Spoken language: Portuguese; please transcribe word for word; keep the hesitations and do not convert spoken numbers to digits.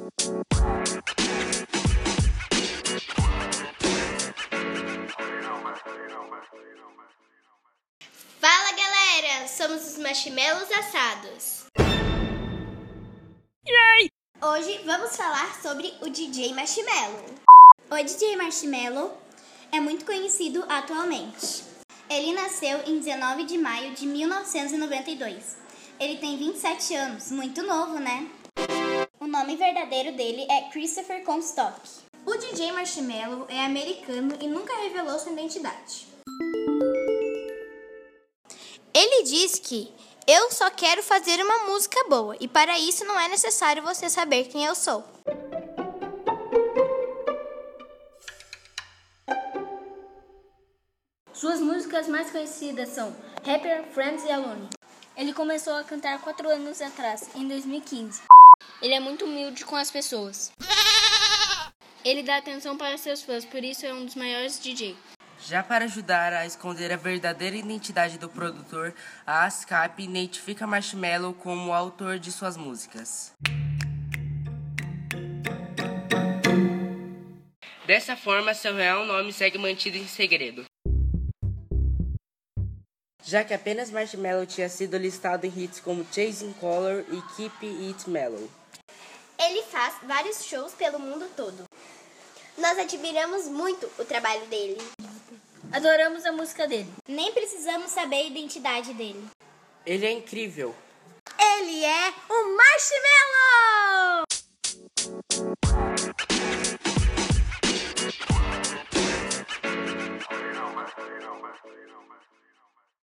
Fala galera, somos os Marshmallows Assados. Yay! Hoje vamos falar sobre o D J Marshmello. O D J Marshmello é muito conhecido atualmente. Ele nasceu em dezenove de maio de mil novecentos e noventa e dois. Ele tem vinte e sete anos, muito novo, né? O nome verdadeiro dele é Christopher Comstock. O D J Marshmello é americano e nunca revelou sua identidade. Ele diz que eu só quero fazer uma música boa e para isso não é necessário você saber quem eu sou. Suas músicas mais conhecidas são Happier, Friends e Alone. Ele começou a cantar quatro anos atrás, em dois mil e quinze. Ele é muito humilde com as pessoas. Ele dá atenção para seus fãs, por isso é um dos maiores D J. Já para ajudar a esconder a verdadeira identidade do produtor, a ASCAP identifica Marshmello como o autor de suas músicas. Dessa forma, seu real nome segue mantido em segredo. Já que apenas Marshmello tinha sido listado em hits como Chasing Color e Keep It Mellow. Ele faz vários shows pelo mundo todo. Nós admiramos muito o trabalho dele. Adoramos a música dele. Nem precisamos saber a identidade dele. Ele é incrível. Ele é o Marshmello!